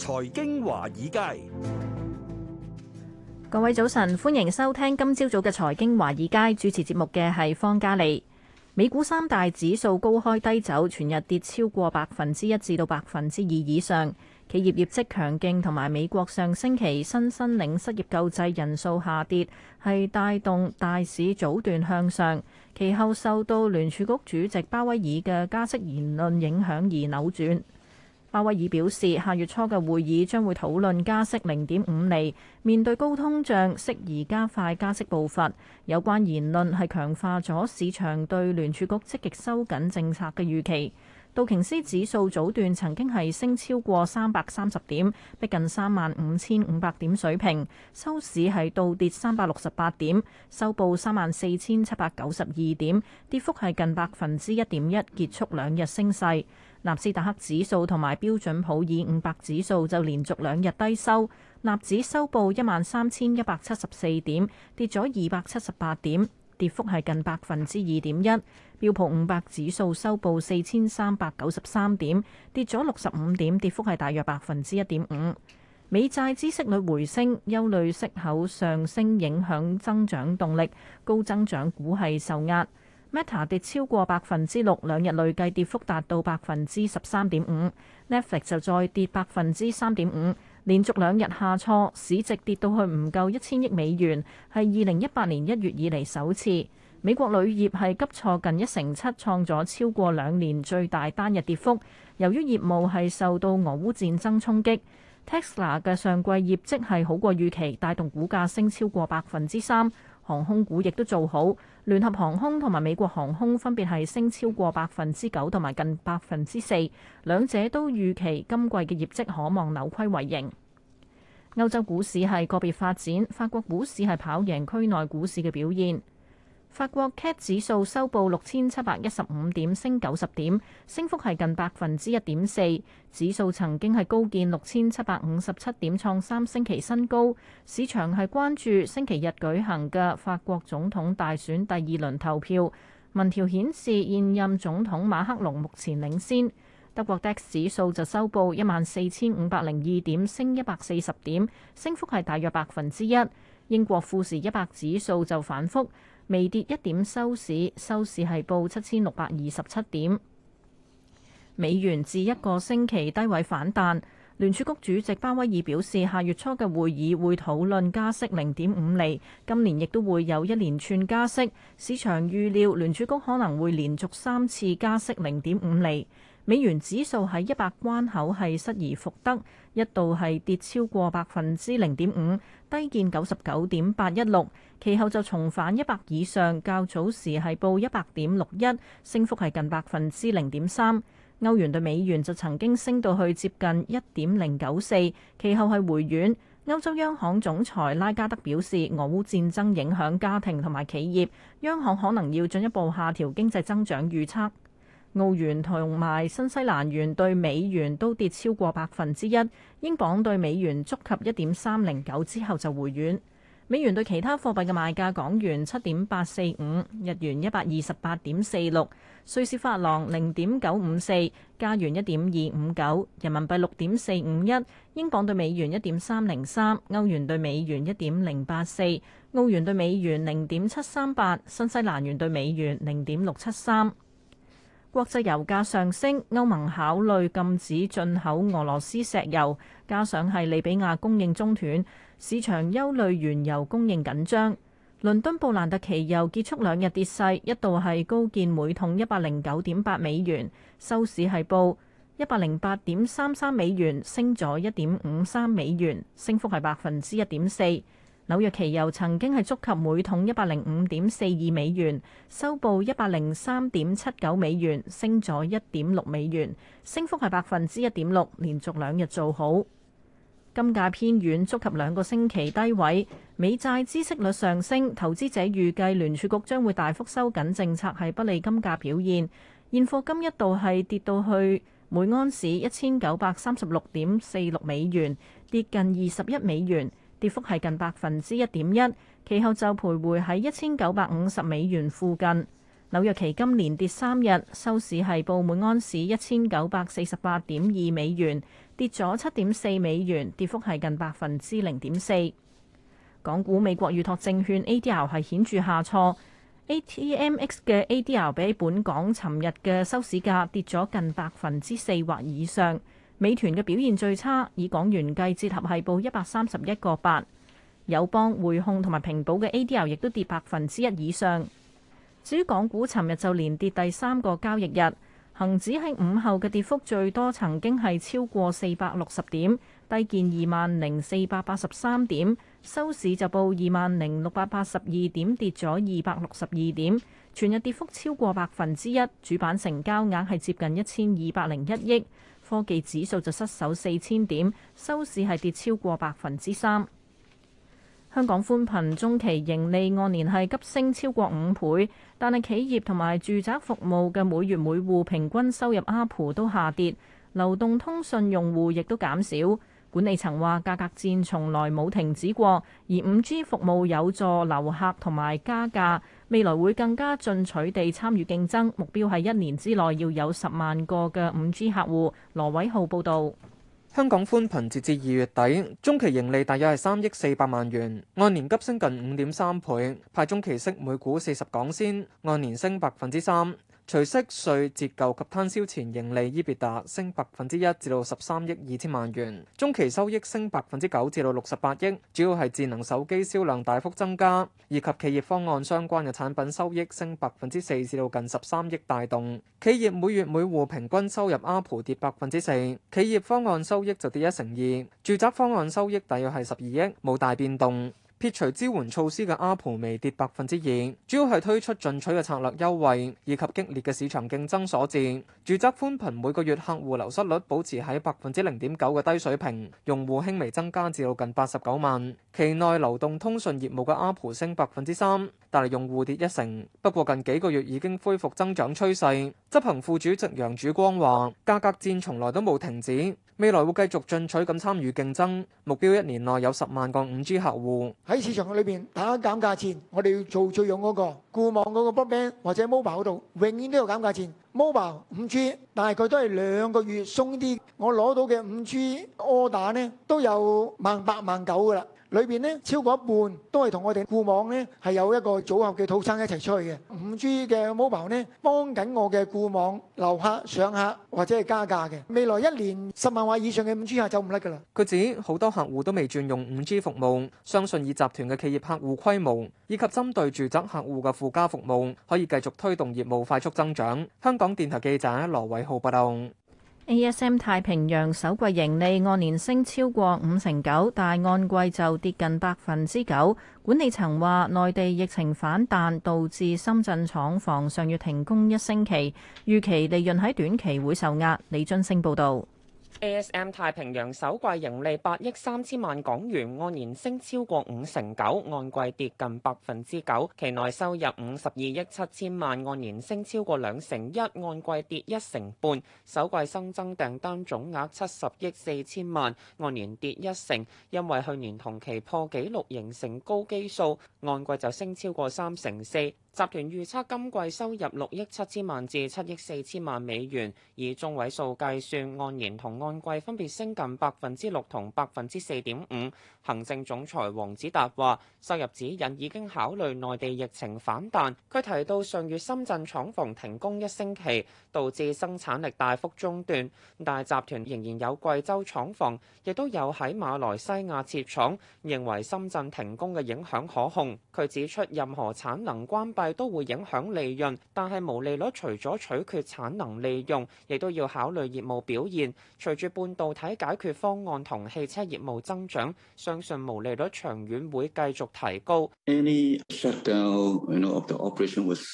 財經華爾街， 各位早晨，歡迎收聽今朝早嘅財經華爾街，主持節目嘅係方嘉利。美股三大指數高開低走，全日跌超過1%至到2%以上。企業業績強勁同埋美國上星期新申領失業救濟人數下跌，係帶動大市早段向上。其後受到聯儲局主席鮑威爾嘅加息言論影響而扭轉。鮑威爾表示，下月初嘅會議將會討論加息0.5厘，面對高通脹，適宜加快加息步伐。有關言論係強化咗市場對聯儲局積極收緊政策嘅預期。道瓊斯指數早段曾經係升超過330點，逼近35,500點水平，收市係倒跌368點，收報34,792點，跌幅係近1.1%，結束兩日升勢。納斯達克指數同埋標準普爾500指數就連續兩日低收，納指收報13,174點，跌咗278點，跌幅係近2.1%。標普500指數收報4,393點，跌咗65點，跌幅係大約1.5%。美債孳息率回升，憂慮息口上升影響增長動力，高增長股係受壓。Meta 跌超過6%，兩日累計跌幅達到13.5%。Netflix 就再跌3.5%，連續兩日下挫，市值跌到去唔夠1000億美元，係2018年1月以嚟首次。美國鋁業係急挫近1.7%，創咗超過2年最大單日跌幅。由於業務係受到俄烏戰爭衝擊，Tesla 嘅上季業績係好過預期，帶動股價升超過3%。航空股亦都做好，聯合航空同埋美國航空分別係升超過9%同埋近4%，兩者都預期今季嘅業績可望扭虧為盈。歐洲股市係個別發展，法國股市係跑贏區內股市嘅表現。法國 CAC 指數收報6715點，升90點，升幅係近1.4%。指數曾經係高見6757點，創3星期新高。市場係關注星期日舉行嘅法國總統大選第二輪投票。民調顯示現任總統馬克龍目前領先。德國 DAX 指數就收報14,502點，升140點，升幅係大約1%。英國富時100指數就反覆，微跌1點收市，收市係報7,627點。美元自一個星期低位反彈。聯儲局主席鮑威爾表示，下月初嘅會議會討論加息0.5厘，今年亦都會有一連串加息。市場預料聯儲局可能會連續3次加息0.5厘。美元指數喺100關口係失而復得，一度係跌超過0.5%，低見99.816，其後就重返100以上，較早時係報100.61，升幅係近0.3%。歐元對美元就曾經升到去接近1.094，其後係回軟。歐洲央行總裁拉加德表示，俄烏戰爭影響家庭同埋企業，央行可能要進一步下調經濟增長預測。澳元同埋新西蘭元對美元都跌超過1%，英鎊對美元觸及1.309之後就回軟。美元對其他貨幣嘅賣價：港元7.845，日元128.46，瑞士法郎0.954，加元1.259，人民幣6.451，英鎊對美元1.303，歐元對美元1.084，澳元對美元0.738，新西蘭元對美元0.673。國際油價上升，歐盟考慮禁止進口俄羅斯石油，加上係利比亞供應中斷，市場憂慮原油供應緊張。倫敦布蘭特期油結束兩日跌勢，一度係高見每桶109.8美元，收市係報108.33美元，升咗1.53美元，升幅係1.4%。紐約期油曾經係觸及每桶105.42美元，收報103.79美元，升咗1.6美元，升幅係1.6%，連續兩日做好。金價偏軟，觸及2個星期低位。美債孳息率上升，投資者預計聯儲局將會大幅收緊政策，係不利金價表現。現貨金一度係跌到去每安士1936.46美元，跌近21美元。跌幅係近1.1%，其後就徘徊喺1950美元附近。紐紐約期金連跌3日，收市係報每安士1948.2美元，跌咗7.4美元，跌幅係近0.4%。港股美國預託證券 ADR 係顯著下挫。ATMX 嘅 ADR 比本港尋日嘅收市價跌咗近4%或以上。美團嘅表現最差，以港元計，折合係報131.8。友邦、匯控同埋平保嘅 ADR 亦都跌1%以上。至於港股尋日就連跌第3個交易日，恒指喺午後嘅跌幅最多，曾經係超過460點，低見20,483點，收市就報20,682點，跌咗262點，全日跌幅超過1%，主板成交額係接近1201億，科技指數就失守4000點，收市係跌超過3%。香港寬頻中期盈利按年係急升超過5倍，但係企業同埋住宅服務嘅每月每戶平均收入 ARPU 都下跌，流動通訊用戶亦都減少。管理層話價格戰從來冇停止過，而 5G 服務有助留客同埋加價，未來會更加進取地參與競爭，目標係1年之內要有10萬個嘅 5G 客戶。羅偉浩報導。 香港寬頻截至2月底，中期盈利大約係3億400萬元，按年急升近5.3倍，派中期息每股40港仙，按年升3%。除息稅折舊及攤銷前盈利 EBITDA 升1%至到13億2千萬元，中期收益升9%至到68億，主要係智能手機銷量大幅增加，以及企業方案相關嘅產品收益升4%至到近13億帶動。企業每月每戶平均收入 ARPU 跌4%，企業方案收益就跌1成2，住宅方案收益大約係12億，冇大變動。撇除支援措施嘅 ARPU 微跌2%，主要係推出進取嘅策略優惠以及激烈嘅市場競爭所致。住宅寬頻每個月客戶流失率保持喺0.9%嘅低水平，用戶輕微增加至到近89萬。期內流動通訊業務嘅 ARPU 升3%，但係用戶跌1成。不過近幾個月已經恢復增長趨勢。執行副主席楊主光話：價格戰從來都冇停止，未來會繼續進取咁參與競爭，目標1年內有10萬個 5G 客戶。 喺市場裏邊打減價戰，我哋要做最勇嗰個固網嗰個 broadband 或者 mobile 嗰度，永遠都有減價戰。mobile 5G， 但係佢都係2個月鬆啲，我攞到嘅 5G order 呢都有180,000、190,000㗎啦。裏邊呢超過一半都係同我哋固網呢係有一個組合嘅套餐一齊出去嘅。5G 嘅 mobile 呢幫緊我嘅固網留客上客或者係加價嘅。未來1年10萬或以上嘅 5G 客走唔甩㗎啦。 佢指好多客戶都未轉用 5G 服務，相信以集團嘅企業客戶規模以及針對住宅客戶嘅附加服務，可以繼續推動業務快速增長。香港電台記者羅偉浩報道。 ASM 太平洋首季盈利按年升超過9%，但按季就跌近9%。管理層話，內地疫情反彈導致深圳廠房上月停工1星期，預期利潤喺短期會受壓。李津升報導。 ASM 太平洋首季盈利8億3千萬港元，按年升超過9%，按季跌近9%。期內收入52億7千萬，按年升超過2%，按季跌1成半。首季新增訂單總額70億4千萬，按年跌1成，因為去年同期破紀錄形成高基數，按季就升超過3成4。集團預測今季收入6億7千萬至7億4千萬美元，以中位數計算，按年同按季分別升近6%同4.5%。行政總裁黃子達話：收入指引已經考慮內地疫情反彈。佢提到上月深圳廠房停工1星期，導致生產力大幅中斷，但係集團仍然有貴州廠房，亦都有喺馬來西亞設廠，認為深圳停工嘅影響可控。佢指出，任何產能關閉都會影響利潤，但係毛利率除咗取決產能利用，亦都要考慮業務表現。隨住半導體解決方案同汽車業務增長，相信毛利率長遠會繼續提高。 Any shutdown, of the operation will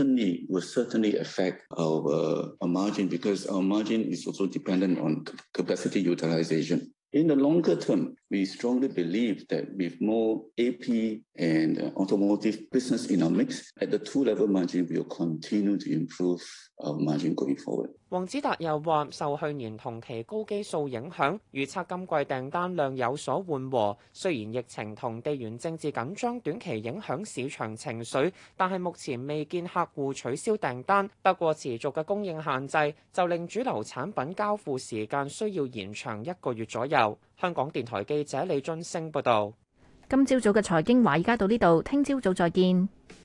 certainly affect our margin because our margin is also dependent on capacity utilization. In the longer term, We strongly believe that with more AP and automotive business in our mix, at the two-level margin, we will continue to improve our margin going forward. 黃子達又話：受去年同期高基數影響，預測今季訂單量有所緩和。雖然疫情同地緣政治緊張短期影響市場情緒，但係目前未見客戶取消訂單。不過持續嘅供應限制就令主流產品交付時間需要延長1個月左右。香港電台記者李津升報導。 今朝早嘅財經華爾街到呢度，聽朝早再見。